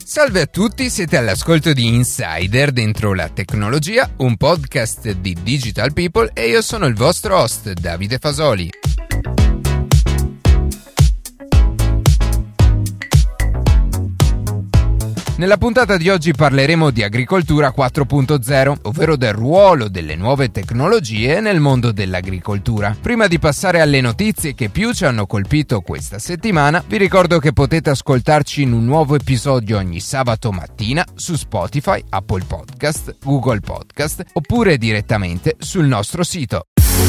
Salve a tutti, siete all'ascolto di Insider dentro la tecnologia, un podcast di Digital People e io sono il vostro host Davide Fasoli. Nella puntata di oggi parleremo di agricoltura 4.0, ovvero del ruolo delle nuove tecnologie nel mondo dell'agricoltura. Prima di passare alle notizie che più ci hanno colpito questa settimana, vi ricordo che potete ascoltarci in un nuovo episodio ogni sabato mattina su Spotify, Apple Podcast, Google Podcast oppure direttamente sul nostro sito.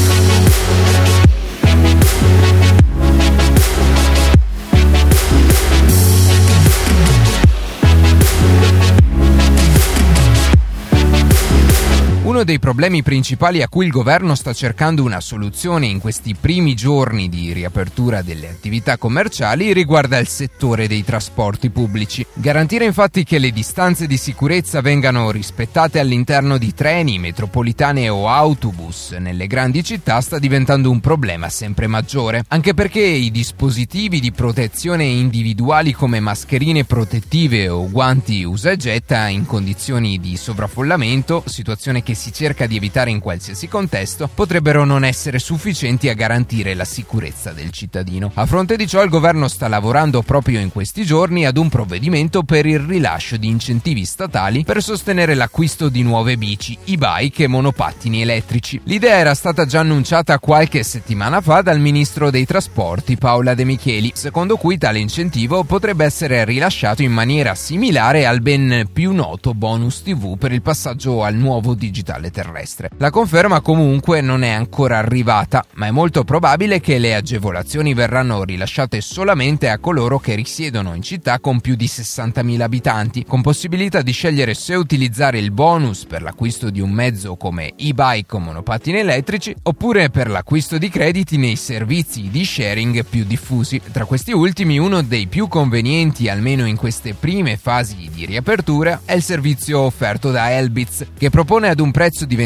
Uno dei problemi principali a cui il governo sta cercando una soluzione in questi primi giorni di riapertura delle attività commerciali riguarda il settore dei trasporti pubblici. Garantire infatti che le distanze di sicurezza vengano rispettate all'interno di treni, metropolitane o autobus nelle grandi città sta diventando un problema sempre maggiore, anche perché i dispositivi di protezione individuali come mascherine protettive o guanti usa e getta in condizioni di sovraffollamento, situazione che si cerca di evitare in qualsiasi contesto, potrebbero non essere sufficienti a garantire la sicurezza del cittadino. A fronte di ciò il governo sta lavorando proprio in questi giorni ad un provvedimento per il rilascio di incentivi statali per sostenere l'acquisto di nuove bici, e-bike e monopattini elettrici. L'idea era stata già annunciata qualche settimana fa dal ministro dei trasporti Paola De Micheli, secondo cui tale incentivo potrebbe essere rilasciato in maniera similare al ben più noto bonus TV per il passaggio al nuovo digitale terrestre. La conferma comunque non è ancora arrivata, ma è molto probabile che le agevolazioni verranno rilasciate solamente a coloro che risiedono in città con più di 60.000 abitanti, con possibilità di scegliere se utilizzare il bonus per l'acquisto di un mezzo come e-bike o monopattini elettrici, oppure per l'acquisto di crediti nei servizi di sharing più diffusi. Tra questi ultimi, uno dei più convenienti, almeno in queste prime fasi di riapertura, è il servizio offerto da Elbitz, che propone ad un prezzo di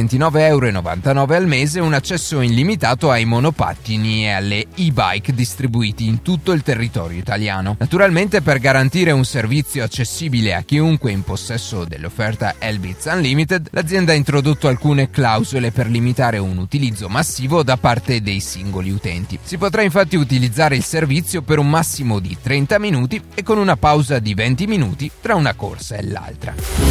€29,99 al mese un accesso illimitato ai monopattini e alle e-bike distribuiti in tutto il territorio italiano. Naturalmente, per garantire un servizio accessibile a chiunque in possesso dell'offerta Elbitz Unlimited, l'azienda ha introdotto alcune clausole per limitare un utilizzo massivo da parte dei singoli utenti. Si potrà infatti utilizzare il servizio per un massimo di 30 minuti e con una pausa di 20 minuti tra una corsa e l'altra.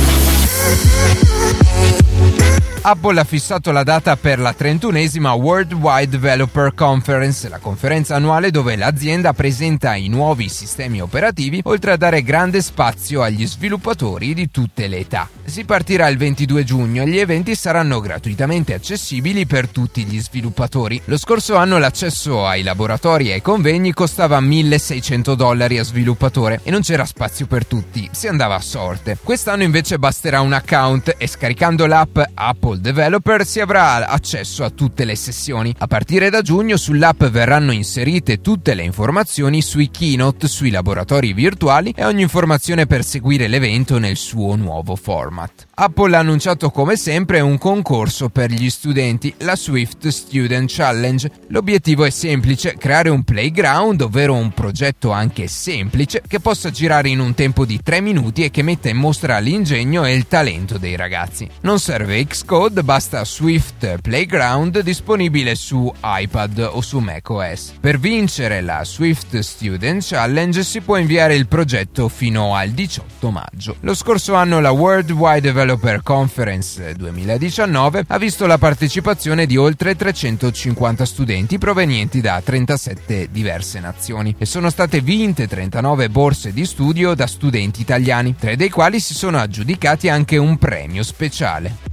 Apple ha fissato la data per la 31esima Worldwide Developer Conference, la conferenza annuale dove l'azienda presenta i nuovi sistemi operativi, oltre a dare grande spazio agli sviluppatori di tutte le età. Si partirà il 22 giugno e gli eventi saranno gratuitamente accessibili per tutti gli sviluppatori. Lo scorso anno l'accesso ai laboratori e ai convegni costava $1.600 a sviluppatore e non c'era spazio per tutti, si andava a sorte. Quest'anno invece basterà un account e scaricando l'app Apple Developer si avrà accesso a tutte le sessioni. A partire da giugno sull'app verranno inserite tutte le informazioni sui keynote, sui laboratori virtuali e ogni informazione per seguire l'evento nel suo nuovo format. Apple ha annunciato come sempre un concorso per gli studenti, la Swift Student Challenge. L'obiettivo è semplice: creare un playground, ovvero un progetto anche semplice che possa girare in un tempo di 3 minuti e che metta in mostra l'ingegno e il talento dei ragazzi. Non serve Xcode, basta Swift Playground disponibile su iPad o su macOS. Per vincere la Swift Student Challenge si può inviare il progetto fino al 18 maggio. Lo scorso anno la Worldwide Developer Conference 2019 ha visto la partecipazione di oltre 350 studenti provenienti da 37 diverse nazioni e sono state vinte 39 borse di studio da studenti italiani, 3 dei quali si sono aggiudicati anche un premio speciale.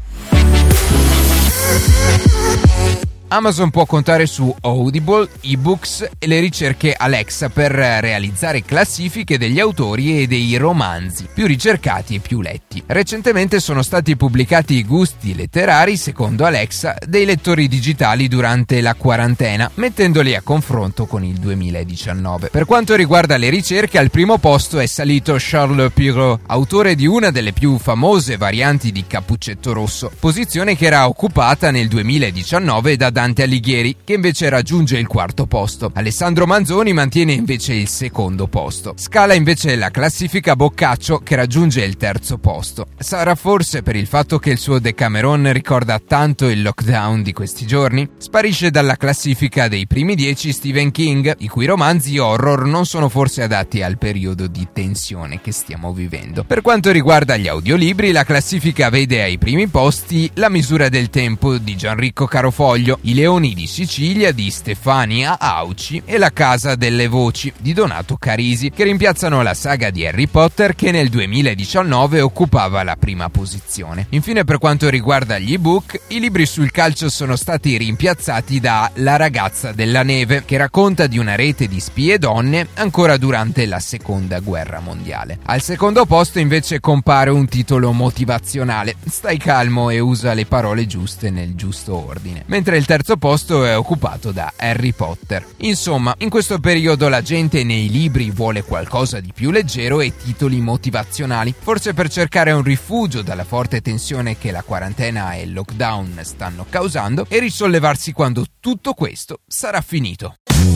Amazon può contare su Audible, eBooks e le ricerche Alexa per realizzare classifiche degli autori e dei romanzi più ricercati e più letti. Recentemente sono stati pubblicati i gusti letterari, secondo Alexa, dei lettori digitali durante la quarantena, mettendoli a confronto con il 2019. Per quanto riguarda le ricerche, al primo posto è salito Charles Perrault, autore di una delle più famose varianti di Cappuccetto Rosso, posizione che era occupata nel 2019 da Dante Alighieri, che invece raggiunge il quarto posto. Alessandro Manzoni mantiene invece il secondo posto. Scala invece la classifica Boccaccio, che raggiunge il terzo posto. Sarà forse per il fatto che il suo Decameron ricorda tanto il lockdown di questi giorni? Sparisce dalla classifica dei primi 10 Stephen King, i cui romanzi horror non sono forse adatti al periodo di tensione che stiamo vivendo. Per quanto riguarda gli audiolibri, la classifica vede ai primi posti La misura del tempo di Gianrico Carofoglio, I leoni di Sicilia di Stefania Auci e La casa delle voci di Donato Carisi, che rimpiazzano la saga di Harry Potter, che nel 2019 occupava la prima posizione. Infine, per quanto riguarda gli ebook, i libri sul calcio sono stati rimpiazzati da La ragazza della neve, che racconta di una rete di spie donne ancora durante la seconda guerra mondiale. Al secondo posto invece compare un titolo motivazionale, Stai calmo e usa le parole giuste nel giusto ordine, mentre il terzo posto è occupato da Harry Potter. Insomma, in questo periodo la gente nei libri vuole qualcosa di più leggero e titoli motivazionali, forse per cercare un rifugio dalla forte tensione che la quarantena e il lockdown stanno causando e risollevarsi quando tutto questo sarà finito.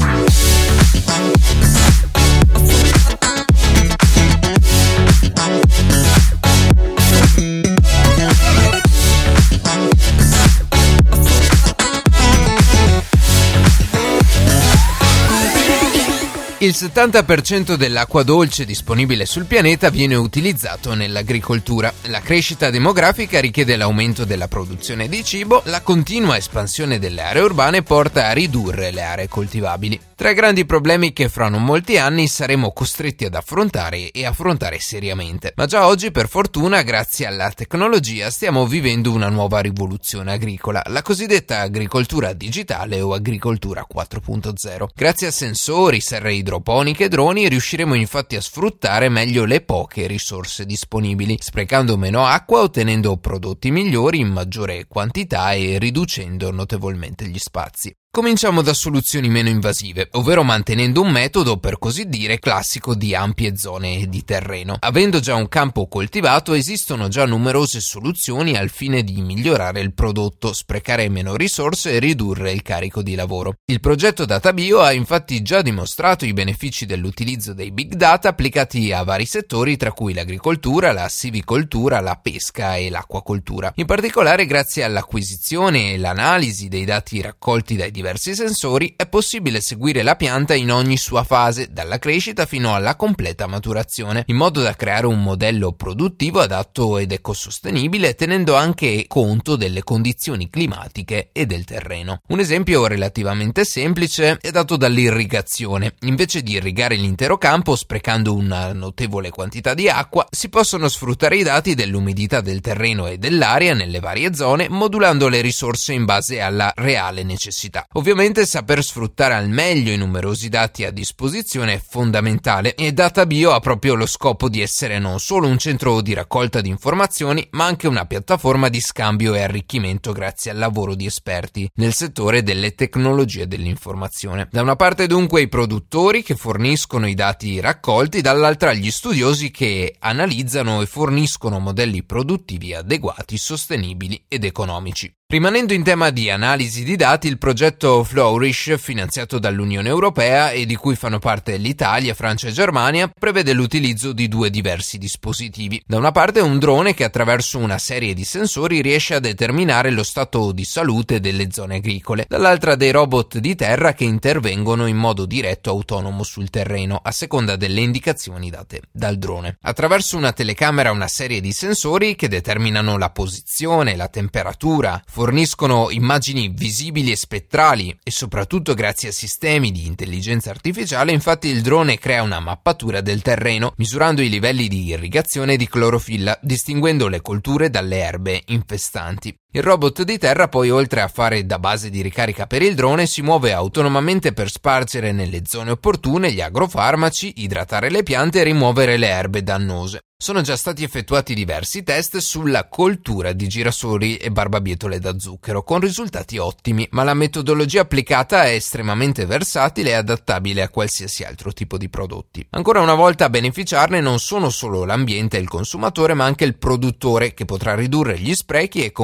Il 70% dell'acqua dolce disponibile sul pianeta viene utilizzato nell'agricoltura. La crescita demografica richiede l'aumento della produzione di cibo, la continua espansione delle aree urbane porta a ridurre le aree coltivabili. Tre grandi problemi che fra non molti anni saremo costretti ad affrontare e affrontare seriamente. Ma già oggi, per fortuna, grazie alla tecnologia, stiamo vivendo una nuova rivoluzione agricola, la cosiddetta agricoltura digitale o agricoltura 4.0. Grazie a sensori, serre idroponiche e droni riusciremo infatti a sfruttare meglio le poche risorse disponibili, sprecando meno acqua, ottenendo prodotti migliori in maggiore quantità e riducendo notevolmente gli spazi. Cominciamo da soluzioni meno invasive, ovvero mantenendo un metodo, per così dire, classico di ampie zone di terreno. Avendo già un campo coltivato, esistono già numerose soluzioni al fine di migliorare il prodotto, sprecare meno risorse e ridurre il carico di lavoro. Il progetto DataBio ha infatti già dimostrato i benefici dell'utilizzo dei big data applicati a vari settori, tra cui l'agricoltura, la silvicoltura, la pesca e l'acquacoltura. In particolare, grazie all'acquisizione e l'analisi dei dati raccolti dai diversi sensori, è possibile seguire la pianta in ogni sua fase, dalla crescita fino alla completa maturazione, in modo da creare un modello produttivo adatto ed ecosostenibile, tenendo anche conto delle condizioni climatiche e del terreno. Un esempio relativamente semplice è dato dall'irrigazione. Invece di irrigare l'intero campo sprecando una notevole quantità di acqua, si possono sfruttare i dati dell'umidità del terreno e dell'aria nelle varie zone, modulando le risorse in base alla reale necessità. Ovviamente saper sfruttare al meglio i numerosi dati a disposizione è fondamentale, e DataBio ha proprio lo scopo di essere non solo un centro di raccolta di informazioni, ma anche una piattaforma di scambio e arricchimento grazie al lavoro di esperti nel settore delle tecnologie dell'informazione. Da una parte dunque i produttori che forniscono i dati raccolti, dall'altra gli studiosi che analizzano e forniscono modelli produttivi adeguati, sostenibili ed economici. Rimanendo in tema di analisi di dati, il progetto Flourish, finanziato dall'Unione Europea e di cui fanno parte l'Italia, Francia e Germania, prevede l'utilizzo di due diversi dispositivi. Da una parte un drone che attraverso una serie di sensori riesce a determinare lo stato di salute delle zone agricole, dall'altra dei robot di terra che intervengono in modo diretto autonomo sul terreno, a seconda delle indicazioni date dal drone. Attraverso una telecamera una serie di sensori che determinano la posizione, la temperatura, forniscono immagini visibili e spettrali e soprattutto grazie a sistemi di intelligenza artificiale, infatti il drone crea una mappatura del terreno misurando i livelli di irrigazione e di clorofilla, distinguendo le colture dalle erbe infestanti. Il robot di terra poi, oltre a fare da base di ricarica per il drone, si muove autonomamente per spargere nelle zone opportune gli agrofarmaci, idratare le piante e rimuovere le erbe dannose. Sono già stati effettuati diversi test sulla coltura di girasoli e barbabietole da zucchero, con risultati ottimi, ma la metodologia applicata è estremamente versatile e adattabile a qualsiasi altro tipo di prodotti. Ancora una volta a beneficiarne non sono solo l'ambiente e il consumatore, ma anche il produttore, che potrà ridurre gli sprechi e concorrere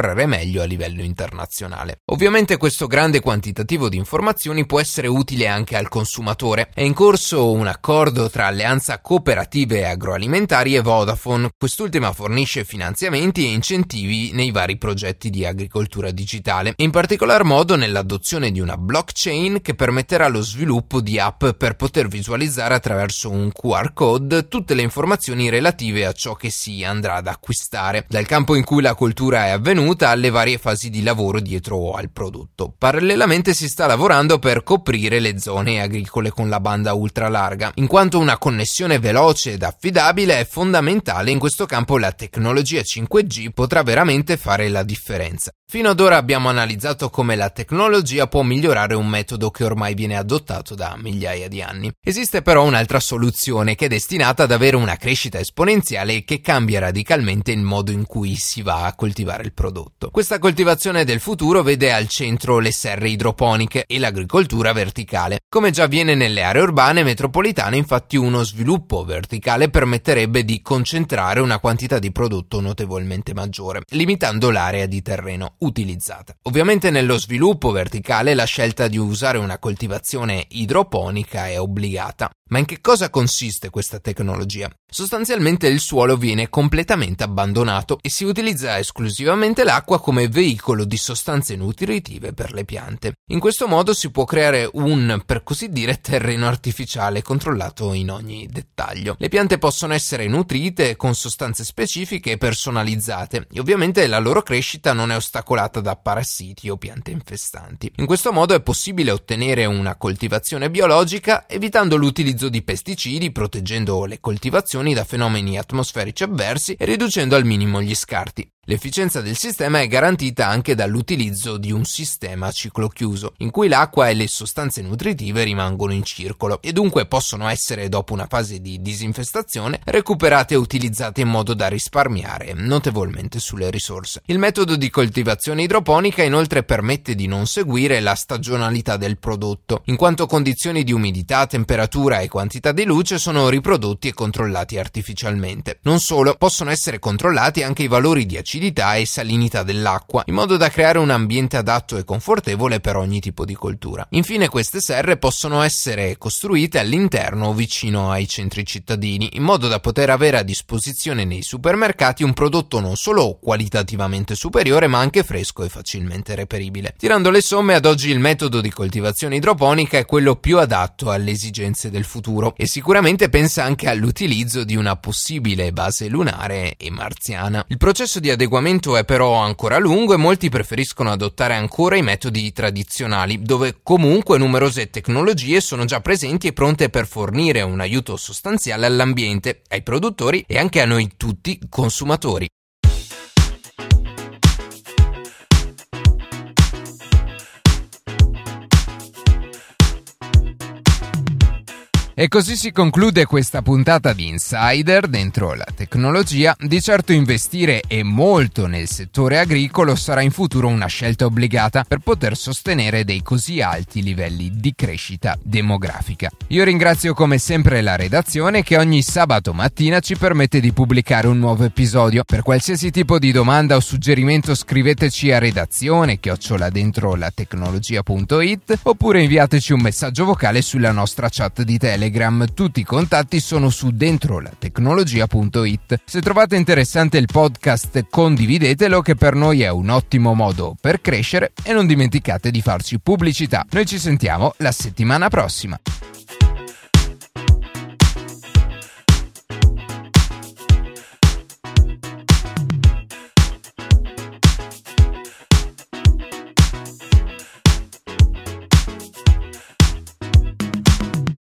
concorrere meglio a livello internazionale. Ovviamente questo grande quantitativo di informazioni può essere utile anche al consumatore. È in corso un accordo tra Alleanza Cooperative Agroalimentari e Vodafone. Quest'ultima fornisce finanziamenti e incentivi nei vari progetti di agricoltura digitale, in particolar modo nell'adozione di una blockchain che permetterà lo sviluppo di app per poter visualizzare attraverso un QR code tutte le informazioni relative a ciò che si andrà ad acquistare, dal campo in cui la coltura è avvenuta alle varie fasi di lavoro dietro al prodotto. Parallelamente si sta lavorando per coprire le zone agricole con la banda ultralarga, in quanto una connessione veloce ed affidabile è fondamentale. In questo campo la tecnologia 5G potrà veramente fare la differenza. Fino ad ora abbiamo analizzato come la tecnologia può migliorare un metodo che ormai viene adottato da migliaia di anni. Esiste però un'altra soluzione che è destinata ad avere una crescita esponenziale e che cambia radicalmente il modo in cui si va a coltivare il prodotto. Questa coltivazione del futuro vede al centro le serre idroponiche e l'agricoltura verticale. Come già avviene nelle aree urbane e metropolitane, infatti, uno sviluppo verticale permetterebbe di concentrare una quantità di prodotto notevolmente maggiore, limitando l'area di terreno utilizzata. Ovviamente nello sviluppo verticale la scelta di usare una coltivazione idroponica è obbligata. Ma in che cosa consiste questa tecnologia? Sostanzialmente il suolo viene completamente abbandonato e si utilizza esclusivamente l'acqua come veicolo di sostanze nutritive per le piante. In questo modo si può creare un, per così dire, terreno artificiale controllato in ogni dettaglio. Le piante possono essere nutrite con sostanze specifiche e personalizzate e ovviamente la loro crescita non è ostacolata da parassiti o piante infestanti. In questo modo è possibile ottenere una coltivazione biologica evitando l'utilizzo di pesticidi, proteggendo le coltivazioni da fenomeni atmosferici avversi e riducendo al minimo gli scarti. L'efficienza del sistema è garantita anche dall'utilizzo di un sistema a ciclo chiuso, in cui l'acqua e le sostanze nutritive rimangono in circolo e dunque possono essere, dopo una fase di disinfestazione, recuperate e utilizzate in modo da risparmiare notevolmente sulle risorse. Il metodo di coltivazione idroponica inoltre permette di non seguire la stagionalità del prodotto, in quanto condizioni di umidità, temperatura e quantità di luce sono riprodotti e controllati artificialmente. Non solo, possono essere controllati anche i valori di acidità e salinità dell'acqua, in modo da creare un ambiente adatto e confortevole per ogni tipo di coltura. Infine, queste serre possono essere costruite all'interno o vicino ai centri cittadini, in modo da poter avere a disposizione nei supermercati un prodotto non solo qualitativamente superiore, ma anche fresco e facilmente reperibile. Tirando le somme, ad oggi il metodo di coltivazione idroponica è quello più adatto alle esigenze del futuro e sicuramente pensa anche all'utilizzo di una possibile base lunare e marziana. Il processo di adeguamento è però ancora lungo e molti preferiscono adottare ancora i metodi tradizionali, dove comunque numerose tecnologie sono già presenti e pronte per fornire un aiuto sostanziale all'ambiente, ai produttori e anche a noi tutti consumatori. E così si conclude questa puntata di Insider dentro la tecnologia. Di certo investire e molto nel settore agricolo sarà in futuro una scelta obbligata per poter sostenere dei così alti livelli di crescita demografica. Io ringrazio come sempre la redazione che ogni sabato mattina ci permette di pubblicare un nuovo episodio. Per qualsiasi tipo di domanda o suggerimento scriveteci a redazione@dentrolatecnologia.it oppure inviateci un messaggio vocale sulla nostra chat di Telegram. Tutti i contatti sono su dentrolatecnologia.it. Se trovate interessante il podcast, condividetelo, che per noi è un ottimo modo per crescere, e non dimenticate di farci pubblicità. Noi ci sentiamo la settimana prossima.